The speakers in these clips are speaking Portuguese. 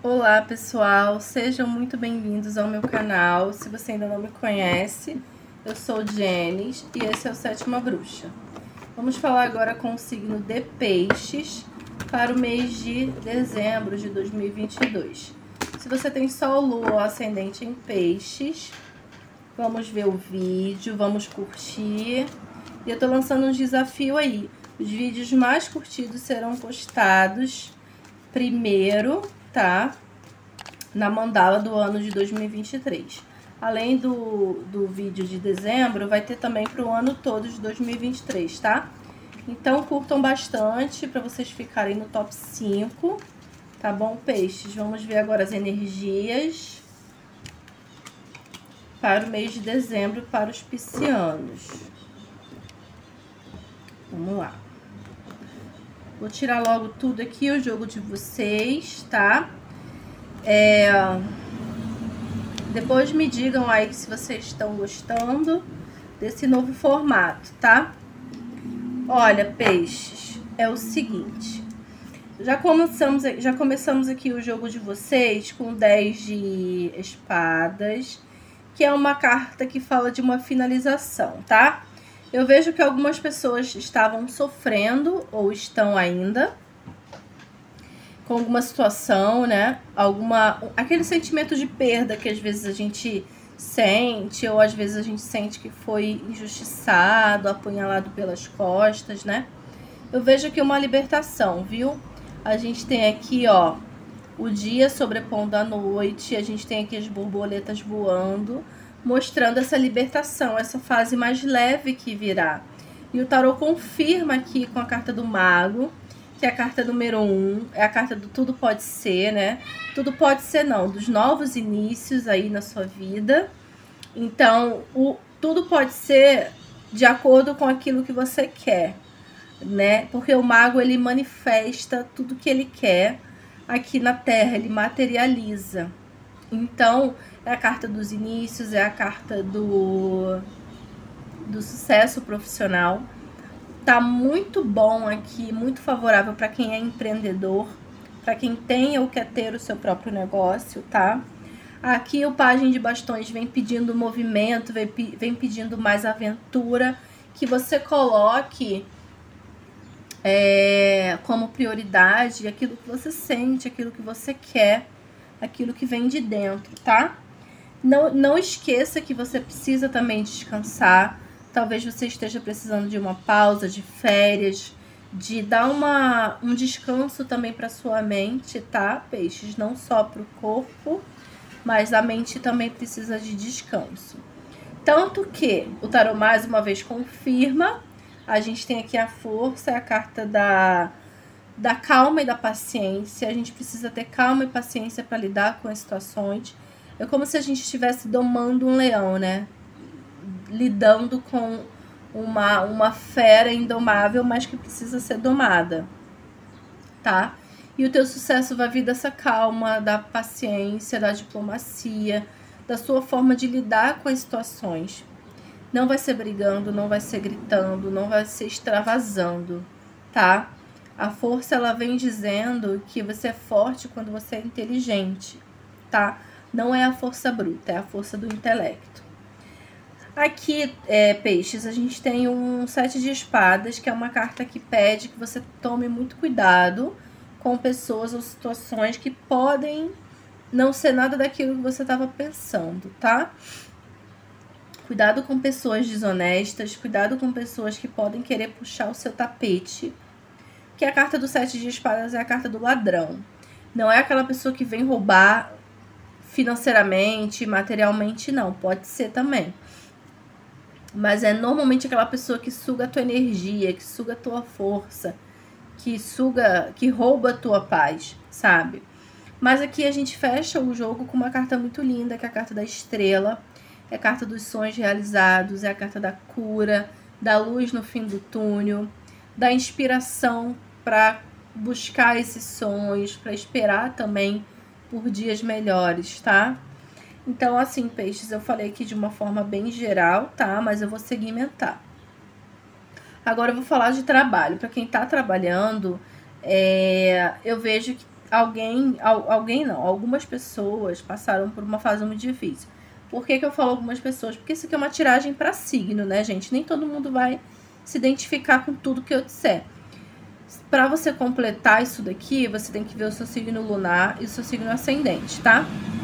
Olá pessoal, sejam muito bem-vindos ao meu canal. Se você ainda não me conhece, eu sou Jenis e esse é o Sétima Bruxa. Vamos falar agora com o signo de Peixes para o mês de dezembro de 2022. Se você tem Sol, Lua ou Ascendente em Peixes, vamos ver o vídeo, vamos curtir. E eu tô lançando um desafio aí. Os vídeos mais curtidos serão postados primeiro, tá? Na mandala do ano de 2023. Além do vídeo de dezembro, vai ter também para o ano todo de 2023, tá? Então curtam bastante para vocês ficarem no top 5, tá bom, peixes? Vamos ver agora as energias para o mês de dezembro para os piscianos. Vamos lá. Vou tirar logo tudo aqui, o jogo de vocês, tá? Depois me digam aí se vocês estão gostando desse novo formato, tá? Olha, peixes, é o seguinte. Já começamos aqui o jogo de vocês com 10 de espadas, que é uma carta que fala de uma finalização, tá? Eu vejo que algumas pessoas estavam sofrendo ou estão ainda com alguma situação, né? Aquele sentimento de perda que às vezes a gente sente, ou às vezes a gente sente que foi injustiçado, apunhalado pelas costas, né? Eu vejo aqui uma libertação, viu? A gente tem aqui, ó, o dia sobrepondo a noite, a gente tem aqui as borboletas voando, mostrando essa libertação, essa fase mais leve que virá. E o tarô confirma aqui com a carta do Mago, que é a carta número 1, é a carta do tudo pode ser, né? Tudo pode ser não, dos novos inícios aí na sua vida. Então, tudo pode ser de acordo com aquilo que você quer, né? Porque o Mago, ele manifesta tudo que ele quer aqui na Terra, ele materializa. Então, é a carta dos inícios, é a carta do sucesso profissional. Tá muito bom aqui, muito favorável para quem é empreendedor, para quem tem ou quer ter o seu próprio negócio, tá? Aqui o Pajem de Bastões vem pedindo movimento, vem pedindo mais aventura, que você coloque como prioridade aquilo que você sente, aquilo que você quer, aquilo que vem de dentro, tá? Não esqueça que você precisa também descansar. Talvez você esteja precisando de uma pausa, de férias, de dar um descanso também para sua mente, tá, peixes? Não só para o corpo, mas a mente também precisa de descanso. Tanto que o tarô mais uma vez confirma, a gente tem aqui a força, é a carta da calma e da paciência. A gente precisa ter calma e paciência para lidar com as situações. É como se a gente estivesse domando um leão, né? Lidando com uma fera indomável, mas que precisa ser domada, tá? E o teu sucesso vai vir dessa calma, da paciência, da diplomacia, da sua forma de lidar com as situações. Não vai ser brigando, não vai ser gritando, não vai ser extravasando, tá? A força, ela vem dizendo que você é forte quando você é inteligente, tá? Não é a força bruta, é a força do intelecto. Aqui, peixes, a gente tem um 7 de espadas, que é uma carta que pede que você tome muito cuidado com pessoas ou situações que podem não ser nada daquilo que você estava pensando, tá? Cuidado com pessoas desonestas, cuidado com pessoas que podem querer puxar o seu tapete, que a carta do 7 de espadas é a carta do ladrão. Não é aquela pessoa que vem roubar financeiramente, materialmente, não. Pode ser também. Mas é normalmente aquela pessoa que suga a tua energia, que suga a tua força, que rouba a tua paz, sabe? Mas aqui a gente fecha o jogo com uma carta muito linda, que é a carta da estrela. É a carta dos sonhos realizados, é a carta da cura, da luz no fim do túnel, da inspiração para buscar esses sonhos, para esperar também por dias melhores, tá? Então, assim, peixes, eu falei aqui de uma forma bem geral, tá? Mas eu vou segmentar. Agora eu vou falar de trabalho. Para quem tá trabalhando, eu vejo que alguém não, algumas pessoas passaram por uma fase muito difícil. Por que eu falo algumas pessoas? Porque isso aqui é uma tiragem para signo, né, gente? Nem todo mundo vai se identificar com tudo que eu disser. Para você completar isso daqui, você tem que ver o seu signo lunar e o seu signo ascendente, tá?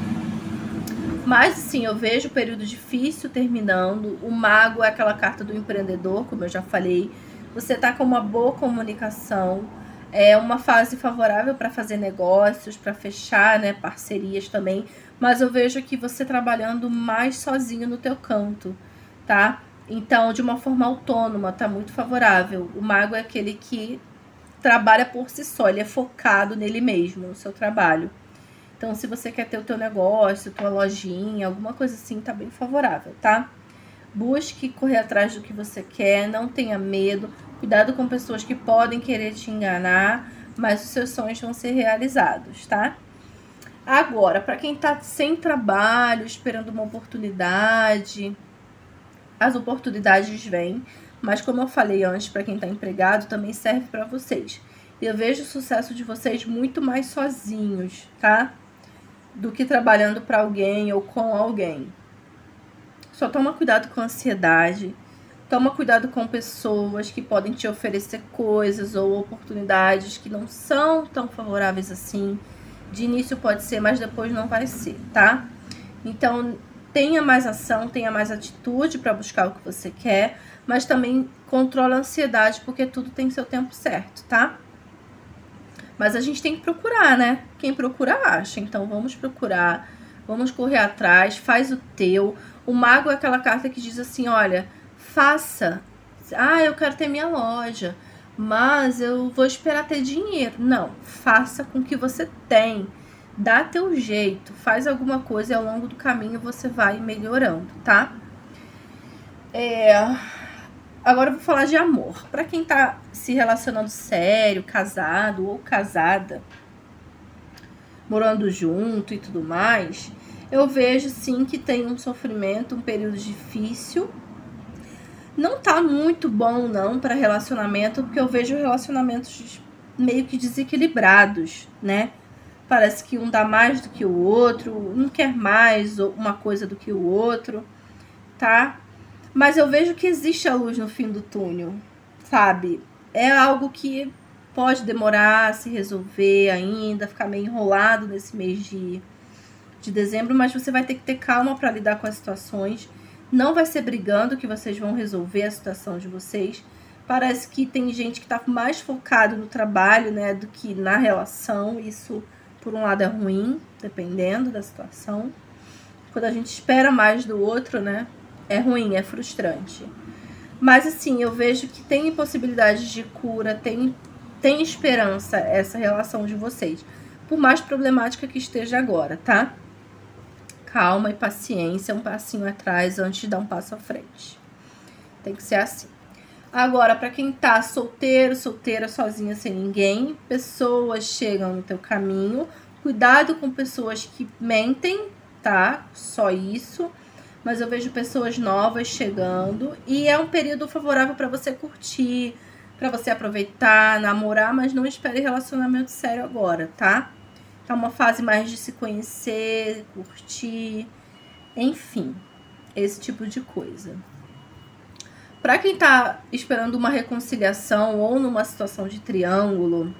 Mas, sim, eu vejo o período difícil terminando. O mago é aquela carta do empreendedor, como eu já falei. Você tá com uma boa comunicação. É uma fase favorável para fazer negócios, para fechar, né, parcerias também. Mas eu vejo aqui você trabalhando mais sozinho no teu canto, tá? Então, de uma forma autônoma, tá muito favorável. O mago é aquele que trabalha por si só, ele é focado nele mesmo, no seu trabalho. Então, se você quer ter o teu negócio, tua lojinha, alguma coisa assim, tá bem favorável, tá? Busque correr atrás do que você quer, não tenha medo. Cuidado com pessoas que podem querer te enganar, mas os seus sonhos vão ser realizados, tá? Agora, para quem tá sem trabalho, esperando uma oportunidade, as oportunidades vêm, mas como eu falei antes, para quem tá empregado, também serve para vocês. Eu vejo o sucesso de vocês muito mais sozinhos, tá? Do que trabalhando para alguém ou com alguém. Só toma cuidado com a ansiedade, toma cuidado com pessoas que podem te oferecer coisas ou oportunidades que não são tão favoráveis assim. De início pode ser, mas depois não vai ser, tá? Então, tenha mais ação, tenha mais atitude para buscar o que você quer, mas também controla a ansiedade, porque tudo tem seu tempo certo, tá? Mas a gente tem que procurar, né? Quem procura, acha. Então, vamos procurar, vamos correr atrás, faz o teu. O mago é aquela carta que diz assim, olha, faça. Ah, eu quero ter minha loja, mas eu vou esperar ter dinheiro. Não, faça com o que você tem. Dá teu jeito, faz alguma coisa e ao longo do caminho você vai melhorando, tá? Agora eu vou falar de amor. Pra quem tá se relacionando sério, casado ou casada, morando junto e tudo mais, eu vejo sim que tem um sofrimento, um período difícil. Não tá muito bom não para relacionamento, porque eu vejo relacionamentos meio que desequilibrados, né? Parece que um dá mais do que o outro, um quer mais uma coisa do que o outro, tá? Mas eu vejo que existe a luz no fim do túnel, sabe? É algo que pode demorar a se resolver ainda, ficar meio enrolado nesse mês de dezembro, mas você vai ter que ter calma para lidar com as situações. Não vai ser brigando que vocês vão resolver a situação de vocês. Parece que tem gente que tá mais focado no trabalho, né, do que na relação. Isso, por um lado, é ruim, dependendo da situação. Quando a gente espera mais do outro, né, é ruim, é frustrante. Mas, assim, eu vejo que tem possibilidades de cura, tem esperança essa relação de vocês. Por mais problemática que esteja agora, tá? Calma e paciência, um passinho atrás antes de dar um passo à frente. Tem que ser assim. Agora, para quem tá solteiro, solteira, sozinha, sem ninguém, pessoas chegam no teu caminho. Cuidado com pessoas que mentem, tá? Só isso. Mas eu vejo pessoas novas chegando. E é um período favorável para você curtir, para você aproveitar, namorar, mas não espere relacionamento sério agora, tá? Tá uma fase mais de se conhecer, curtir, enfim, esse tipo de coisa. Pra quem tá esperando uma reconciliação ou numa situação de triângulo,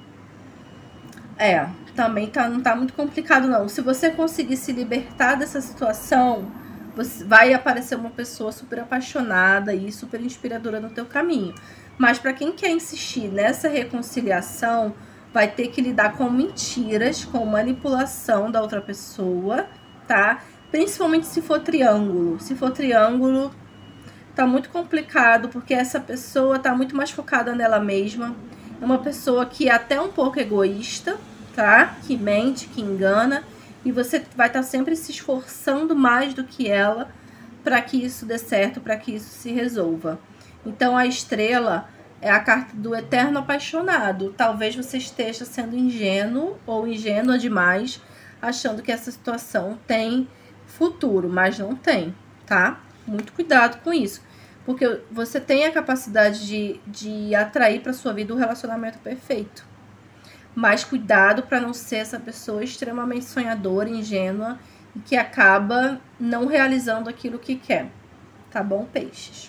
também não tá muito complicado não. Se você conseguir se libertar dessa situação, vai aparecer uma pessoa super apaixonada e super inspiradora no teu caminho. Mas pra quem quer insistir nessa reconciliação, vai ter que lidar com mentiras, com manipulação da outra pessoa, tá? Principalmente se for triângulo. Se for triângulo, tá muito complicado, porque essa pessoa tá muito mais focada nela mesma. É uma pessoa que é até um pouco egoísta, tá? Que mente, que engana. E você vai estar sempre se esforçando mais do que ela para que isso dê certo, para que isso se resolva. Então, a estrela é a carta do eterno apaixonado. Talvez você esteja sendo ingênuo ou ingênua demais, achando que essa situação tem futuro, mas não tem, tá? Muito cuidado com isso, porque você tem a capacidade de atrair para sua vida um relacionamento perfeito. Mas cuidado para não ser essa pessoa extremamente sonhadora, ingênua e que acaba não realizando aquilo que quer. Tá bom, peixes?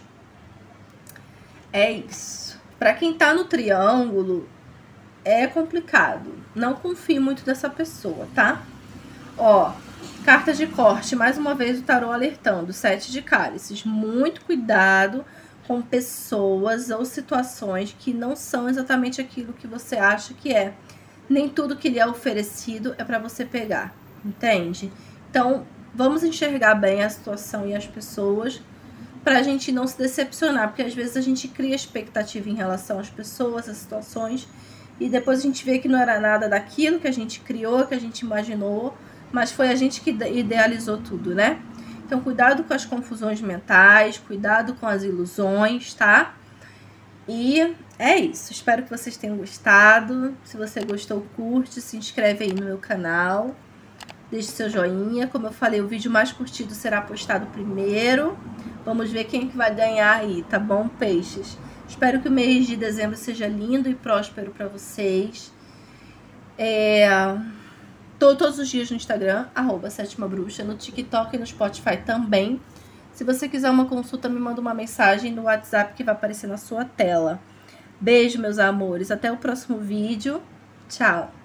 É isso. Para quem tá no triângulo, é complicado. Não confie muito nessa pessoa, tá? Ó, cartas de corte. Mais uma vez o tarô alertando. 7 de cálices. Muito cuidado com pessoas ou situações que não são exatamente aquilo que você acha que é. Nem tudo que lhe é oferecido é para você pegar, entende? Então, vamos enxergar bem a situação e as pessoas pra gente não se decepcionar, porque às vezes a gente cria expectativa em relação às pessoas, às situações, e depois a gente vê que não era nada daquilo que a gente criou, que a gente imaginou, mas foi a gente que idealizou tudo, né? Então, cuidado com as confusões mentais, cuidado com as ilusões, tá? E é isso. Espero que vocês tenham gostado. Se você gostou, curte, se inscreve aí no meu canal. Deixe seu joinha. Como eu falei, o vídeo mais curtido será postado primeiro. Vamos ver quem que vai ganhar aí, tá bom, peixes? Espero que o mês de dezembro seja lindo e próspero para vocês. Todos os dias no Instagram, @7bruxa, no TikTok e no Spotify também. Se você quiser uma consulta, me manda uma mensagem no WhatsApp que vai aparecer na sua tela. Beijo, meus amores. Até o próximo vídeo. Tchau.